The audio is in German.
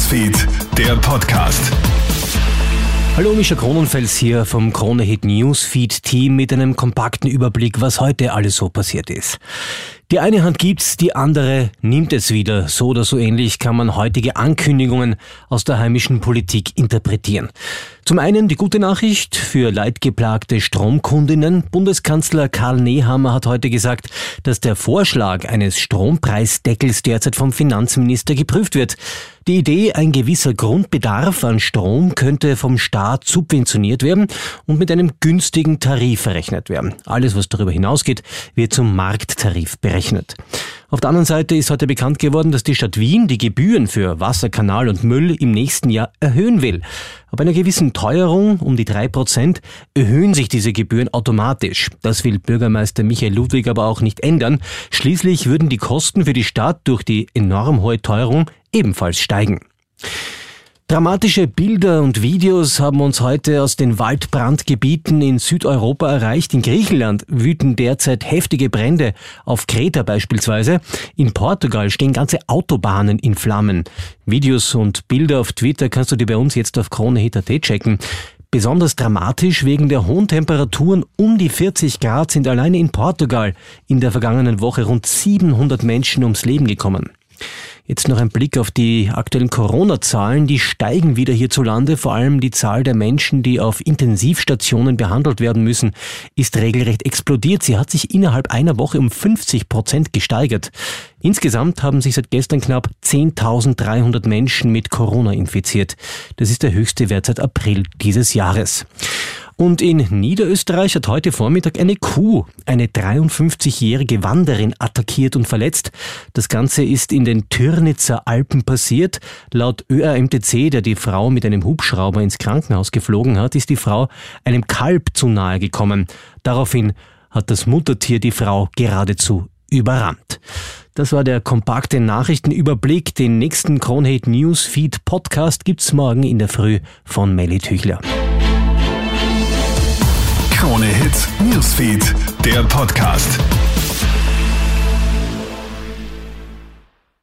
Newsfeed, der Podcast. Hallo, Mischa Kronenfels hier vom Krone-Hit Newsfeed-Team mit einem kompakten Überblick, was heute alles so passiert ist. Die eine Hand gibt's, die andere nimmt es wieder. So oder so ähnlich kann man heutige Ankündigungen aus der heimischen Politik interpretieren. Zum einen die gute Nachricht für leidgeplagte Stromkundinnen. Bundeskanzler Karl Nehammer hat heute gesagt, dass der Vorschlag eines Strompreisdeckels derzeit vom Finanzminister geprüft wird. Die Idee, ein gewisser Grundbedarf an Strom könnte vom Staat subventioniert werden und mit einem günstigen Tarif verrechnet werden. Alles, was darüber hinausgeht, wird zum Markttarif berechnet. Auf der anderen Seite ist heute bekannt geworden, dass die Stadt Wien die Gebühren für Wasser, Kanal und Müll im nächsten Jahr erhöhen will. Ab einer gewissen Teuerung, um die 3%, erhöhen sich diese Gebühren automatisch. Das will Bürgermeister Michael Ludwig aber auch nicht ändern. Schließlich würden die Kosten für die Stadt durch die enorm hohe Teuerung ebenfalls steigen. Dramatische Bilder und Videos haben uns heute aus den Waldbrandgebieten in Südeuropa erreicht. In Griechenland wüten derzeit heftige Brände, auf Kreta beispielsweise. In Portugal stehen ganze Autobahnen in Flammen. Videos und Bilder auf Twitter kannst du dir bei uns jetzt auf KroneHit.at checken. Besonders dramatisch wegen der hohen Temperaturen um die 40 Grad sind alleine in Portugal in der vergangenen Woche rund 700 Menschen ums Leben gekommen. Jetzt noch ein Blick auf die aktuellen Corona-Zahlen. Die steigen wieder hierzulande. Vor allem die Zahl der Menschen, die auf Intensivstationen behandelt werden müssen, ist regelrecht explodiert. Sie hat sich innerhalb einer Woche um 50% gesteigert. Insgesamt haben sich seit gestern knapp 10.300 Menschen mit Corona infiziert. Das ist der höchste Wert seit April dieses Jahres. Und in Niederösterreich hat heute Vormittag eine Kuh eine 53-jährige Wanderin attackiert und verletzt. Das Ganze ist in den Türnitzer Alpen passiert. Laut ÖRMTC, der die Frau mit einem Hubschrauber ins Krankenhaus geflogen hat, ist die Frau einem Kalb zu nahe gekommen. Daraufhin hat das Muttertier die Frau geradezu überrannt. Das war der kompakte Nachrichtenüberblick. Den nächsten KroneHit Newsfeed Podcast gibt's morgen in der Früh von Melly Tüchler. KroneHit Newsfeed, der Podcast.